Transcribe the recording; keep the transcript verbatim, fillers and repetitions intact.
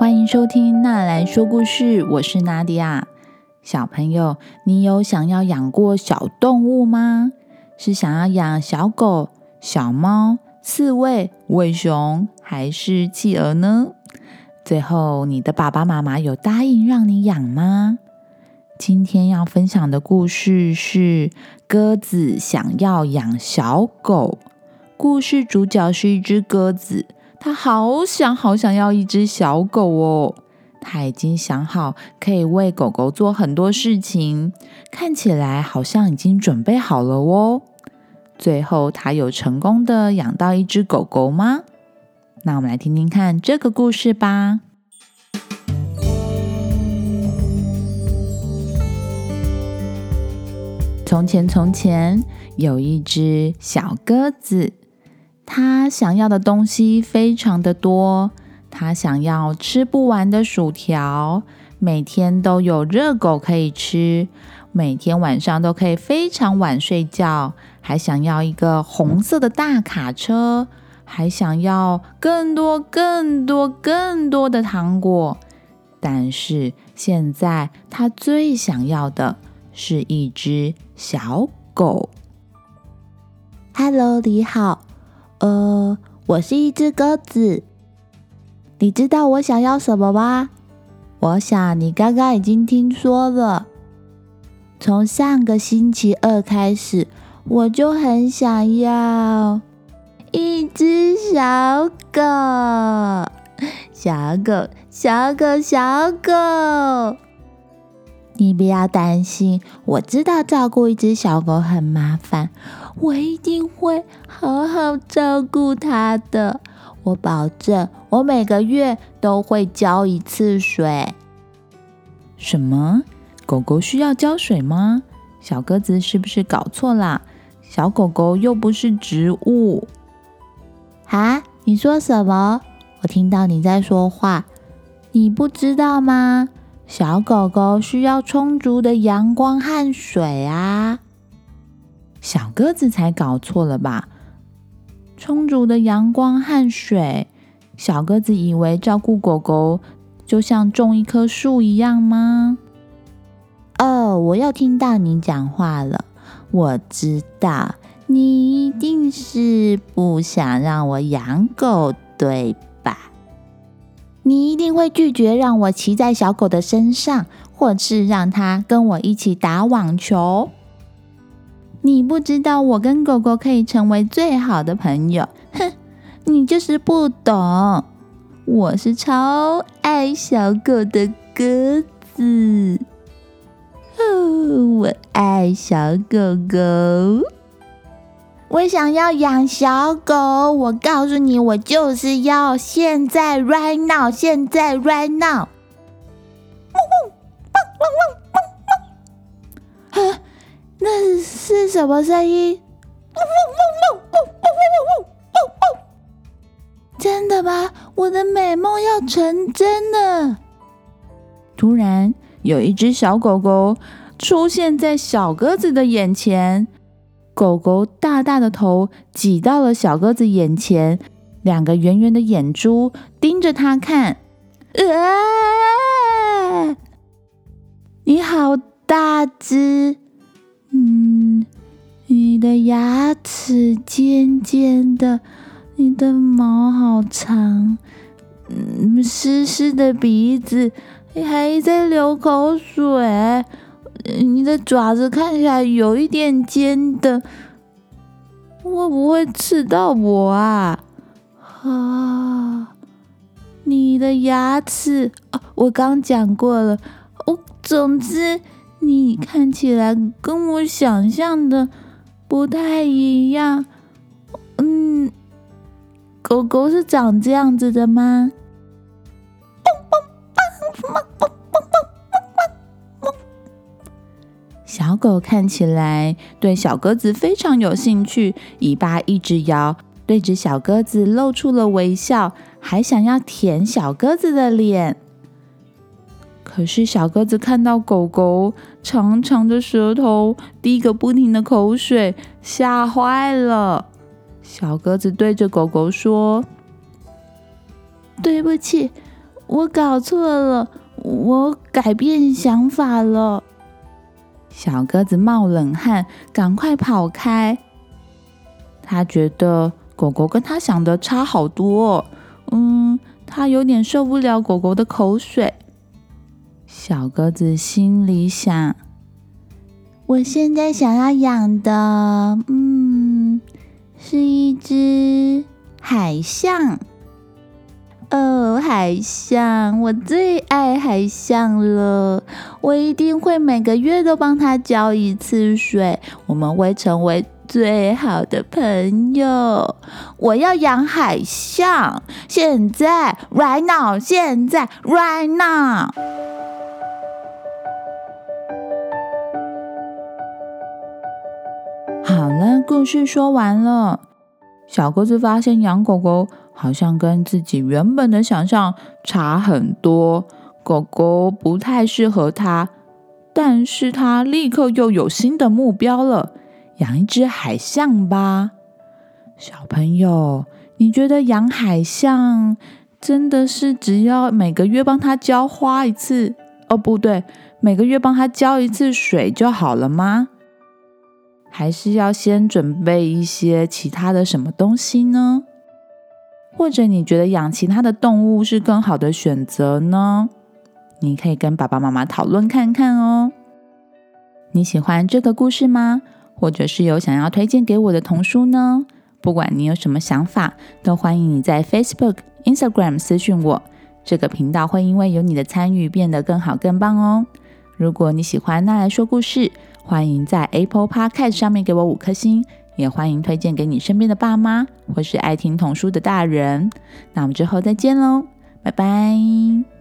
欢迎收听娜来说故事，我是娜迪亚。小朋友，你有想要养过小动物吗？是想要养小狗、小猫、刺猬、尾熊，还是企鹅呢？最后，你的爸爸妈妈有答应让你养吗？今天要分享的故事是鸽子想要养小狗。故事主角是一只鸽子，它好想好想要一只小狗哦。它已经想好可以为狗狗做很多事情，看起来好像已经准备好了哦。最后，它有成功的养到一只狗狗吗？那我们来听听看这个故事吧。从前从前有一只小鸽子，它想要的东西非常的多。它想要吃不完的薯条，每天都有热狗可以吃，每天晚上都可以非常晚睡觉，还想要一个红色的大卡车，还想要更多更多更多的糖果。但是现在它最想要的是一只小狗。 Hello， 你好，呃，我是一只鸽子。你知道我想要什么吗？我想你刚刚已经听说了。从上个星期二开始，我就很想要一只小狗，小狗，小狗，小狗。你不要担心，我知道照顾一只小狗很麻烦，我一定会好好照顾它的。我保证，我每个月都会浇一次水。 什么？狗狗需要浇水吗？小鸽子是不是搞错啦？小狗狗又不是植物。 啊？你说什么？我听到你在说话。你不知道吗？小狗狗需要充足的阳光和水啊。 小鸽子才搞错了吧？充足的阳光和水，小鸽子以为照顾狗狗就像种一棵树一样吗？ 哦，我又听到你讲话了。我知道，你一定是不想让我养狗，对吧？你一定会拒绝让我骑在小狗的身上，或是让它跟我一起打网球。你不知道我跟狗狗可以成为最好的朋友，哼，你就是不懂。我是超爱小狗的鸽子，哦，我爱小狗狗，我想要养小狗。我告诉你，我就是要现在 right now， 现在 right now。啊，那是什么声音？真的吗？我的美梦要成真了！ 突然，有一只小狗狗出现在小鸽子的眼前。狗狗大大的头挤到了小鸽子眼前，两个圆圆的眼珠盯着它看。 啊！你好大只，嗯，你的牙齿尖尖的，你的毛好长，嗯，湿湿的鼻子，你还在流口水，你的爪子看起来有一点尖的，会不会刺到我啊？啊，你的牙齿，啊，我刚讲过了。哦，总之，你看起来跟我想象的不太一样。嗯，狗狗是长这样子的吗？ 小狗看起来对小鸽子非常有兴趣，尾巴一直摇，对着小鸽子露出了微笑，还想要舔小鸽子的脸。可是小鸽子看到狗狗长长的舌头，滴个不停的口水，吓坏了。小鸽子对着狗狗说： 对不起， 我搞错了，我改变想法了。 小鸽子冒冷汗，赶快跑开。他觉得狗狗跟他想的差好多哦，嗯，他有点受不了狗狗的口水。小鸽子心里想， 我现在想要养的，嗯，是一只海象。哦，海象，我最爱海象了，我一定会每个月都帮它浇一次水，我们会成为最好的朋友。我要养海象，现在 right now， 现在 right now。 好了，故事说完了。小鸽子发现养狗狗好像跟自己原本的想象差很多，狗狗不太适合它，但是它立刻又有新的目标了，养一只海象吧。小朋友，你觉得养海象真的是只要每个月帮它浇花一次，哦不对，每个月帮它浇一次水就好了吗？还是要先准备一些其他的什么东西呢？或者你觉得养其他的动物是更好的选择呢？你可以跟爸爸妈妈讨论看看哦。你喜欢这个故事吗？或者是有想要推荐给我的童书呢？不管你有什么想法，都欢迎你在 Facebook、Instagram 私讯我。这个频道会因为有你的参与变得更好更棒哦。如果你喜欢那来说故事，欢迎在 Apple Podcast 上面给我五颗星，也欢迎推荐给你身边的爸妈或是爱听童书的大人。那我们之后再见咯，拜拜。